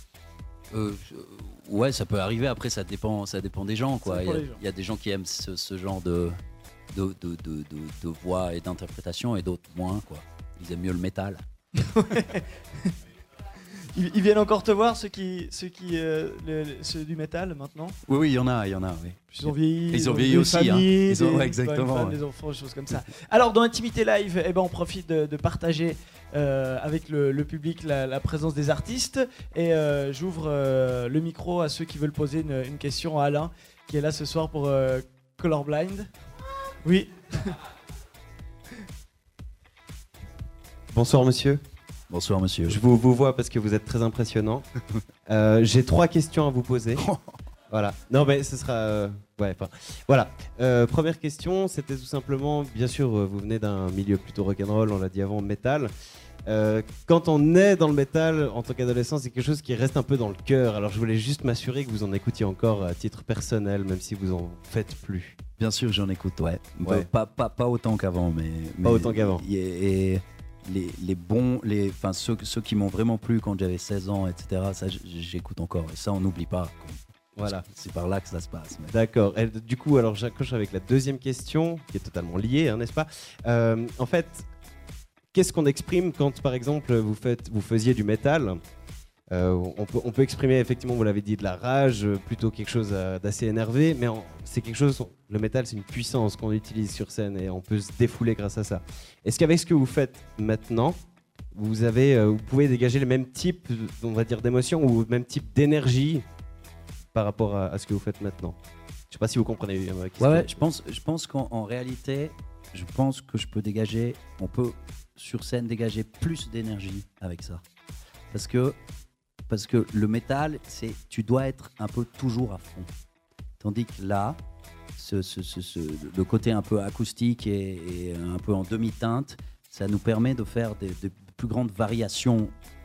Speaker 6: Ouais, ça peut arriver. Après, ça dépend des gens, quoi.
Speaker 2: Il
Speaker 6: y a des gens qui aiment ce genre de voix et d'interprétation, et d'autres moins, quoi. Ils aiment mieux le métal.
Speaker 2: Ils viennent encore te voir, ceux du métal maintenant.
Speaker 6: Oui, il y en a, oui.
Speaker 2: Ils ont vieilli.
Speaker 6: Ils ont vieilli aussi.
Speaker 2: Familles,
Speaker 6: Ils ont, ouais, exactement.
Speaker 2: femmes, des enfants, des choses comme ça. Alors, dans Intimité Live, on profite de partager avec le public la présence des artistes. Et j'ouvre le micro à ceux qui veulent poser une question à Alain, qui est là ce soir pour Colorblind. Oui.
Speaker 1: Bonsoir monsieur.
Speaker 6: Bonsoir monsieur.
Speaker 1: Je vous vois parce que vous êtes très impressionnant. J'ai 3 questions à vous poser. Voilà. Non mais ce sera... voilà. Première question, c'était tout simplement, bien sûr, vous venez d'un milieu plutôt rock'n'roll, on l'a dit avant, métal. Quand on est dans le métal en tant qu'adolescent, c'est quelque chose qui reste un peu dans le cœur. Alors je voulais juste m'assurer que vous en écoutiez encore à titre personnel, même si vous en faites plus.
Speaker 6: Bien sûr, j'en écoute, ouais.
Speaker 1: Ouais.
Speaker 6: Pas autant qu'avant, mais
Speaker 1: Pas autant qu'avant.
Speaker 6: Et les bons, ceux qui m'ont vraiment plu quand j'avais 16 ans, etc., ça j'écoute encore. Et ça, on n'oublie pas.
Speaker 1: Voilà.
Speaker 6: C'est par là que ça se passe. Mais...
Speaker 1: D'accord. Et du coup, alors j'accroche avec la deuxième question, qui est totalement liée, hein, n'est-ce pas? En fait, qu'est-ce qu'on exprime quand, par exemple, vous faisiez du métal? On peut exprimer, effectivement, vous l'avez dit, de la rage, plutôt quelque chose d'assez énervé, mais c'est quelque chose, le métal, c'est une puissance qu'on utilise sur scène et on peut se défouler grâce à ça. Est-ce qu'avec ce que vous faites maintenant, vous pouvez dégager les mêmes types, on va dire, d'émotions ou le même type d'énergie par rapport à ce que vous faites maintenant? Je ne sais pas si vous comprenez ma question.
Speaker 6: Ouais, je pense qu'en réalité, je pense que on peut sur scène dégager plus d'énergie avec ça. Parce que le métal, tu dois être un peu toujours à fond. Tandis que là, le côté un peu acoustique et un peu en demi-teinte, ça nous permet de faire des plus grandes variations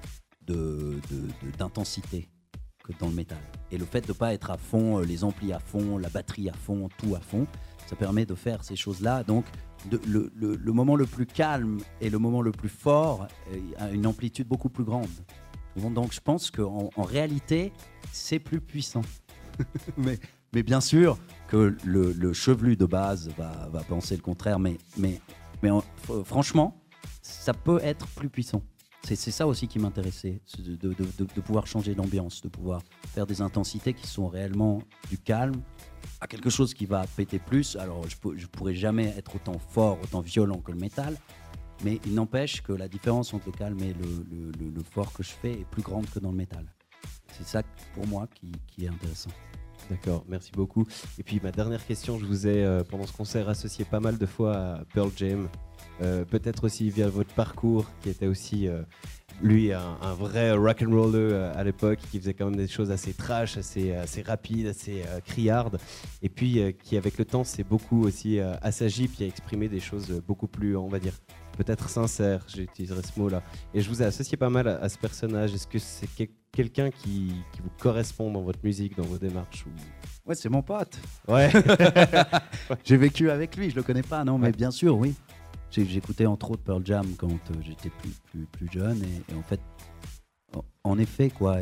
Speaker 6: d'intensité que dans le métal. Et le fait de ne pas être à fond, les amplis à fond, la batterie à fond, tout à fond, ça permet de faire ces choses-là. Donc, le moment le plus calme et le moment le plus fort a une amplitude beaucoup plus grande. Donc, je pense qu'en réalité, c'est plus puissant. mais bien sûr que le chevelu de base va penser le contraire. Mais franchement, ça peut être plus puissant. C'est ça aussi qui m'intéressait, de pouvoir changer d'ambiance, de pouvoir faire des intensités qui sont réellement du calme à quelque chose qui va péter plus. Alors, je pourrais jamais être autant fort, autant violent que le métal, mais il n'empêche que la différence entre le calme et le fort que je fais est plus grande que dans le métal. C'est ça, pour moi, qui est intéressant.
Speaker 1: D'accord, merci beaucoup. Et puis ma dernière question, je vous ai, pendant ce concert, associé pas mal de fois à Pearl Jam. Peut-être aussi via votre parcours, qui était aussi, lui, un vrai rock'n'roller à l'époque, qui faisait quand même des choses assez trash, assez rapides, assez criardes, et puis qui, avec le temps, s'est beaucoup aussi assagi, puis a exprimé des choses beaucoup plus, on va dire, peut-être sincères, j'utiliserai ce mot-là. Et je vous ai associé pas mal à ce personnage. Est-ce que c'est quelqu'un qui vous correspond dans votre musique, dans vos démarches ou...
Speaker 6: Ouais, c'est mon pote.
Speaker 1: Ouais.
Speaker 6: J'ai vécu avec lui, je le connais pas, non, mais
Speaker 1: Ouais.
Speaker 6: bien sûr, oui. J'écoutais entre autres Pearl Jam quand j'étais plus jeune et en fait, en effet, quoi,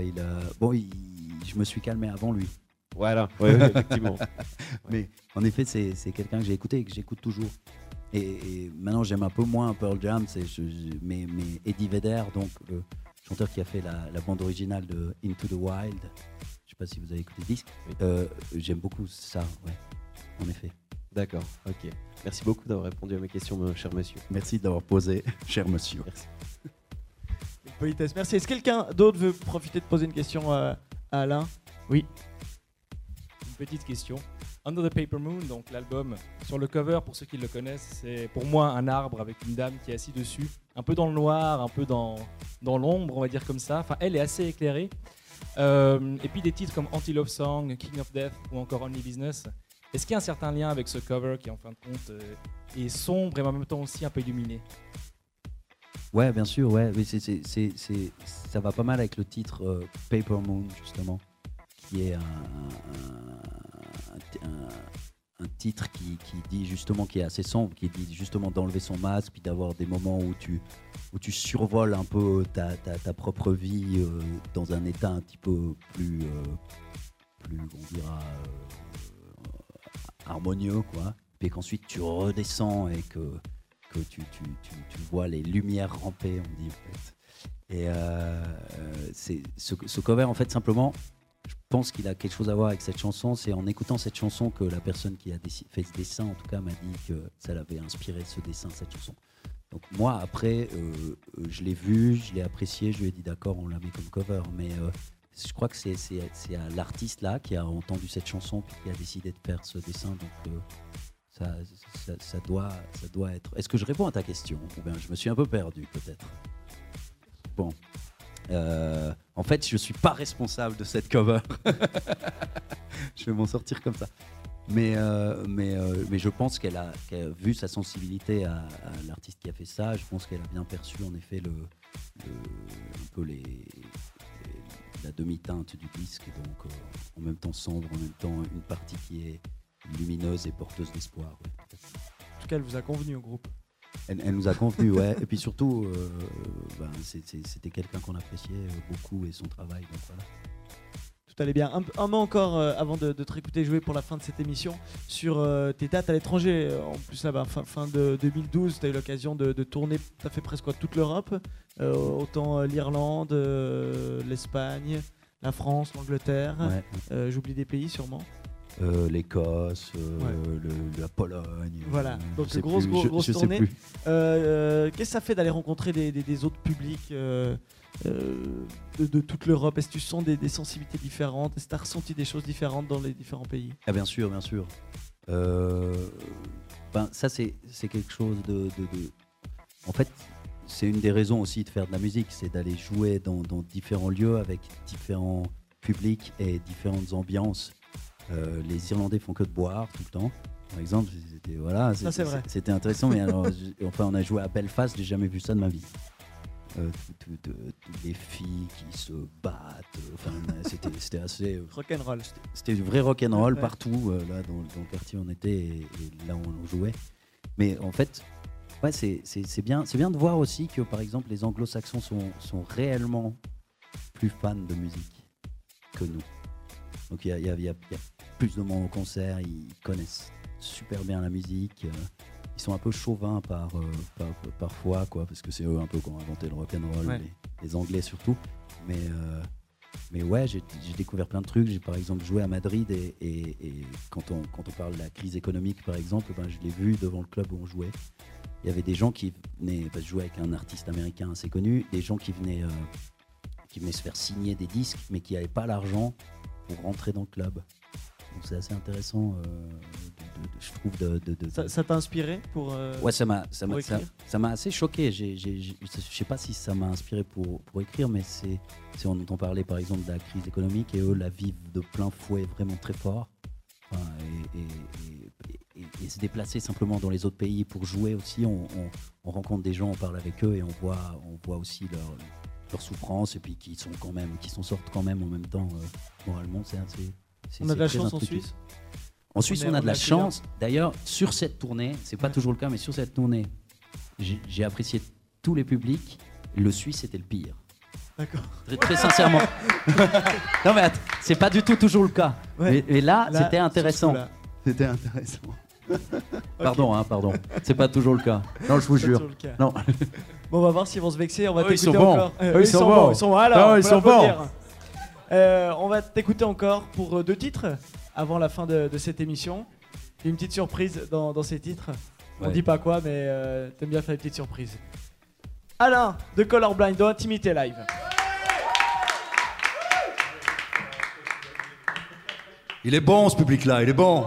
Speaker 6: je me suis calmé avant lui.
Speaker 1: Voilà, ouais, effectivement.
Speaker 6: Mais en effet, c'est quelqu'un que j'ai écouté et que j'écoute toujours. Et maintenant, j'aime un peu moins Pearl Jam, mais Eddie Vedder, donc le chanteur qui a fait la bande originale de Into the Wild, je sais pas si vous avez écouté le disque, j'aime beaucoup ça, ouais, en effet.
Speaker 1: D'accord, ok. Merci beaucoup d'avoir répondu à mes questions, mon cher monsieur.
Speaker 6: Merci d'avoir posé, cher monsieur.
Speaker 1: Merci.
Speaker 2: Une politesse, merci. Est-ce que quelqu'un d'autre veut profiter de poser une question à Alain? Oui.
Speaker 7: Une petite question. Under the Paper Moon, donc l'album, sur le cover, pour ceux qui le connaissent, c'est pour moi un arbre avec une dame qui est assise dessus, un peu dans le noir, un peu dans l'ombre, on va dire comme ça. Enfin, elle est assez éclairée. Et puis des titres comme Anti-Love Song, King of Death ou encore Only Business. Est-ce qu'il y a un certain lien avec ce cover qui, en fin de compte, est sombre et en même temps aussi un peu illuminé?
Speaker 6: Ouais, bien sûr, ouais. Mais ça va pas mal avec le titre Paper Moon, justement, qui est un titre qui dit justement, qui est assez sombre, qui dit justement d'enlever son masque, puis d'avoir des moments où tu survoles un peu ta propre vie dans un état un petit peu plus on dira, harmonieux, quoi. Puis qu'ensuite tu redescends et que tu vois les lumières ramper, on dit, en fait. Et c'est ce cover, en fait, simplement, je pense qu'il a quelque chose à voir avec cette chanson. C'est en écoutant cette chanson que la personne qui a fait ce dessin, en tout cas, m'a dit que ça l'avait inspiré, ce dessin, cette chanson. Donc moi, après, je l'ai vu, je l'ai apprécié, je lui ai dit d'accord, on l'a mis comme cover, mais je crois que c'est à l'artiste là qui a entendu cette chanson puis qui a décidé de faire ce dessin. Donc ça doit être... Est-ce que je réponds à ta question? Ou bien je me suis un peu perdu peut-être. Bon. En fait, je suis pas responsable de cette cover. Je vais m'en sortir comme ça. Mais je pense qu'elle a vu sa sensibilité à l'artiste qui a fait ça. Je pense qu'elle a bien perçu en effet un peu la demi-teinte du disque, donc en même temps sombre, en même temps une partie qui est lumineuse et porteuse d'espoir. Ouais.
Speaker 2: En tout cas, elle vous a convenu au groupe.
Speaker 6: Elle nous a convenu, ouais. Et puis surtout, c'était quelqu'un qu'on appréciait beaucoup et son travail. Donc voilà.
Speaker 2: Tout allait bien. Un mot encore avant de te réécouter jouer pour la fin de cette émission sur tes dates à l'étranger. En plus, là, fin de 2012, tu as eu l'occasion de tourner. Tu as fait presque toute l'Europe, autant l'Irlande, l'Espagne, la France, l'Angleterre.
Speaker 6: Ouais.
Speaker 2: J'oublie des pays sûrement.
Speaker 6: L'Écosse, la Pologne.
Speaker 2: Voilà, donc grosse tournée. Qu'est-ce que ça fait d'aller rencontrer des autres publics de toute l'Europe? Est-ce que tu sens des sensibilités différentes? Est-ce que tu as ressenti des choses différentes dans les différents pays?
Speaker 6: Ah, bien sûr, bien sûr. Ça, c'est quelque chose de... En fait, c'est une des raisons aussi de faire de la musique, c'est d'aller jouer dans différents lieux avec différents publics et différentes ambiances. Les Irlandais font que de boire tout le temps, par exemple.
Speaker 2: C'est vrai.
Speaker 6: C'était intéressant, mais alors, on a joué à Belfast, j'ai jamais vu ça de ma vie. Les filles qui se battent, c'était assez
Speaker 2: rock'n'roll.
Speaker 6: C'était du vrai rock'n'roll partout, là dans le quartier où on était et là où on jouait. Mais en fait, ouais, c'est bien de voir aussi que par exemple les anglo-saxons sont réellement plus fans de musique que nous. Donc il y a plus de monde au concert, ils connaissent super bien la musique. Ils sont un peu chauvins parfois, quoi, parce que c'est eux un peu qui ont inventé le rock'n'roll, ouais. les Anglais surtout. Mais ouais, j'ai découvert plein de trucs. J'ai par exemple joué à Madrid et quand on parle de la crise économique, par exemple, je l'ai vu devant le club où on jouait. Il y avait des gens qui venaient, parce que je jouais avec un artiste américain assez connu, des gens qui venaient se faire signer des disques, mais qui n'avaient pas l'argent pour rentrer dans le club. Donc c'est assez intéressant, je trouve.
Speaker 2: Ça t'a inspiré pour
Speaker 6: ouais, ça m'a assez choqué. Je sais pas si ça m'a inspiré pour écrire, mais on entend parler par exemple de la crise économique et eux la vivent de plein fouet vraiment très fort. Et se déplacer simplement dans les autres pays pour jouer aussi, on rencontre des gens, on parle avec eux et on voit aussi leur souffrance et puis qui sortent quand même en même temps moralement.
Speaker 2: On a de la chance en Suisse.
Speaker 6: En Suisse, on a de la chance. D'ailleurs, sur cette tournée, c'est pas toujours le cas, mais sur cette tournée, j'ai apprécié tous les publics. Le Suisse était le pire.
Speaker 2: D'accord.
Speaker 6: Très sincèrement. Non mais attends, c'est pas du tout toujours le cas. Ouais. Et là, c'était intéressant. C'était intéressant. Pardon. C'est pas toujours le cas. Non, je vous jure. Non.
Speaker 2: Bon, on va voir s'ils vont se vexer. On va t'écouter
Speaker 6: ils sont
Speaker 2: encore.
Speaker 6: Bons. Ils sont bons.
Speaker 2: Ils sont bons. Alors,
Speaker 6: ils sont bons.
Speaker 2: On va t'écouter encore pour 2 titres avant la fin de cette émission. Il y a une petite surprise dans ces titres. On dit pas quoi, mais t'aimes bien faire des petites surprises. Alain de Colorblind dans Intimité Live.
Speaker 8: Il est bon ce public-là, il est bon.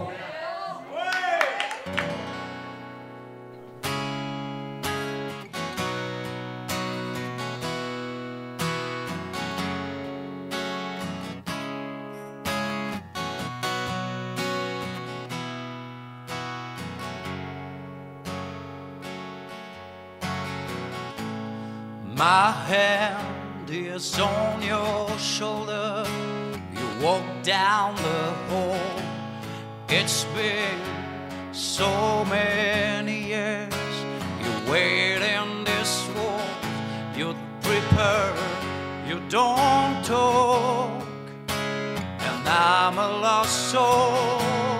Speaker 5: My hand is on your shoulder. You walk down the hall. It's been so many years. You wait in this wall. You prepare. You don't talk. And I'm a lost soul.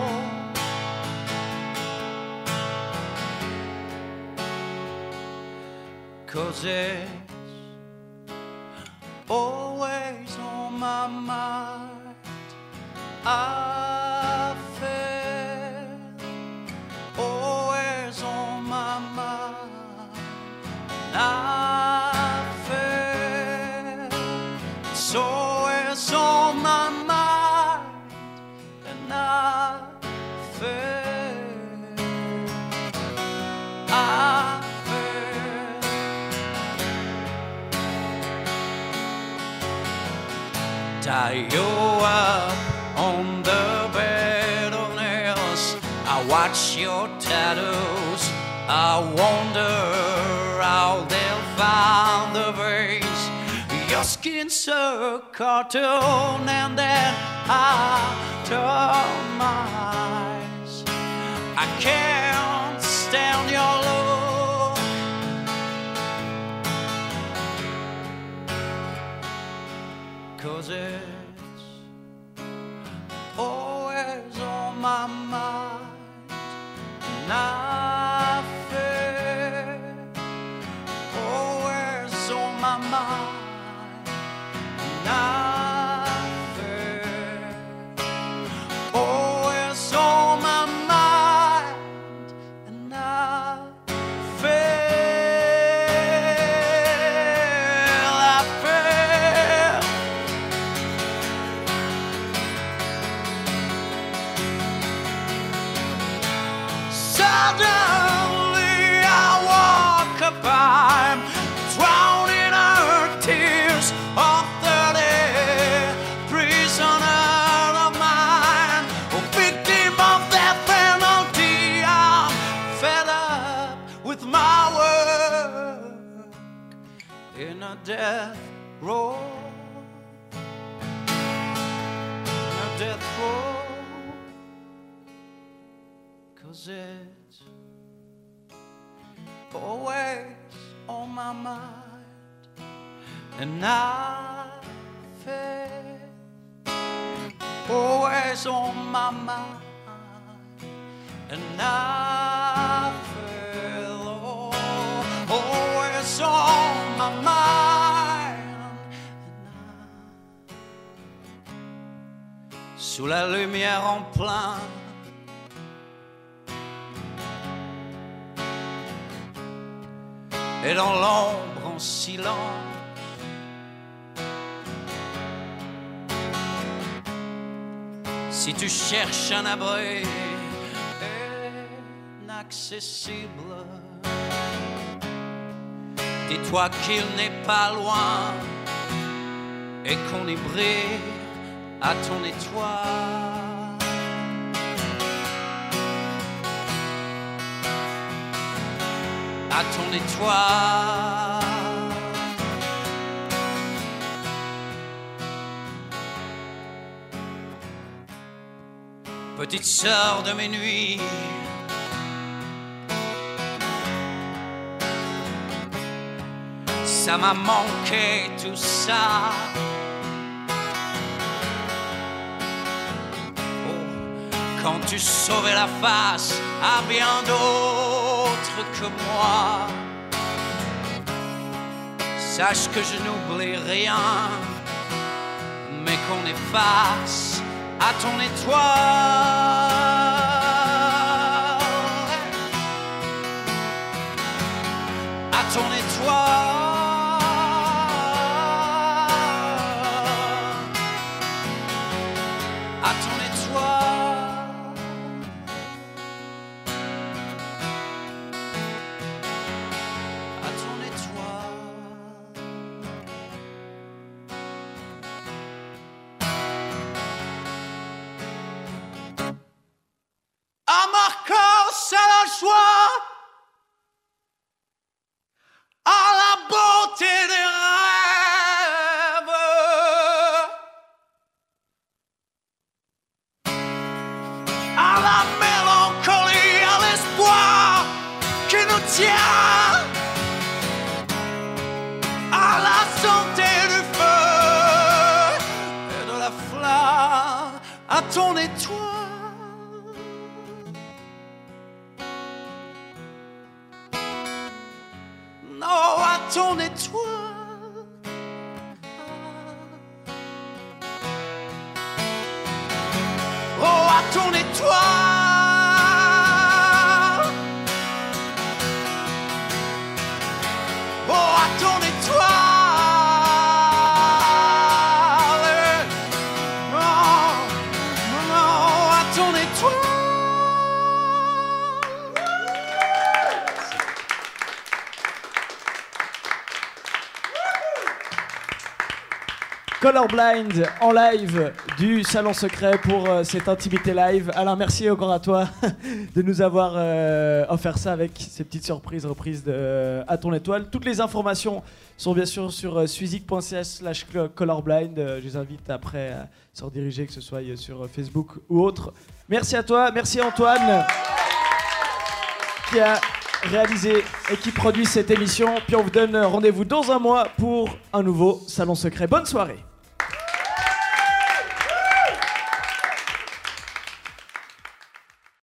Speaker 5: Cause it's always on my mind. I feel always on my mind. I feel it's always on my mind. And I feel tie you up on the bed of nails. I watch your tattoos. I wonder how they'll found the veins. Your skin's a cartoon, and then I turn my eyes. I can't stand your look. 'Cause it's always on my mind. Nothing always on my mind. Nothing always on my mind. And I feel suddenly I walk up, I'm drowning her tears of 30, prisoner of mine, a victim of that penalty. I'm fed up with my work in a death row, in a death row. 'Cause it's always on my mind, and I feel always on my mind, and I feel always on my mind. Sous la lumière en plein, et dans l'ombre en silence, si tu cherches un abri inaccessible, dis-toi qu'il n'est pas loin et qu'on y brille à ton étoile. À ton étoile. Petite sœur de mes nuits, ça m'a manqué tout ça. Oh, quand tu sauvais la face à bien d'autres que moi, sache que je n'oublie rien, mais qu'on efface à ton étoile. À ton étoile. À ton étoile. À ton étoile. À Marco, c'est la joie, à la beauté des rêves, à la mélancolie, à l'espoir qui nous tient, à la santé du feu et de la flamme, à ton étoile. Non, à ton étoile. Oh, à ton étoile. Oh, à ton étoile. Non, non, à ton étoile.
Speaker 2: Colorblind en live du Salon Secret pour cette intimité live. Alain, merci encore à toi de nous avoir offert ça avec ces petites surprises reprises de À ton étoile. Toutes les informations sont bien sûr sur suizik.ch/colorblind. Je les invite après à se rediriger, que ce soit sur Facebook ou autre. Merci à toi, merci à Antoine qui a réalisé et qui produit cette émission. Puis on vous donne rendez-vous dans un mois pour un nouveau Salon Secret. Bonne soirée.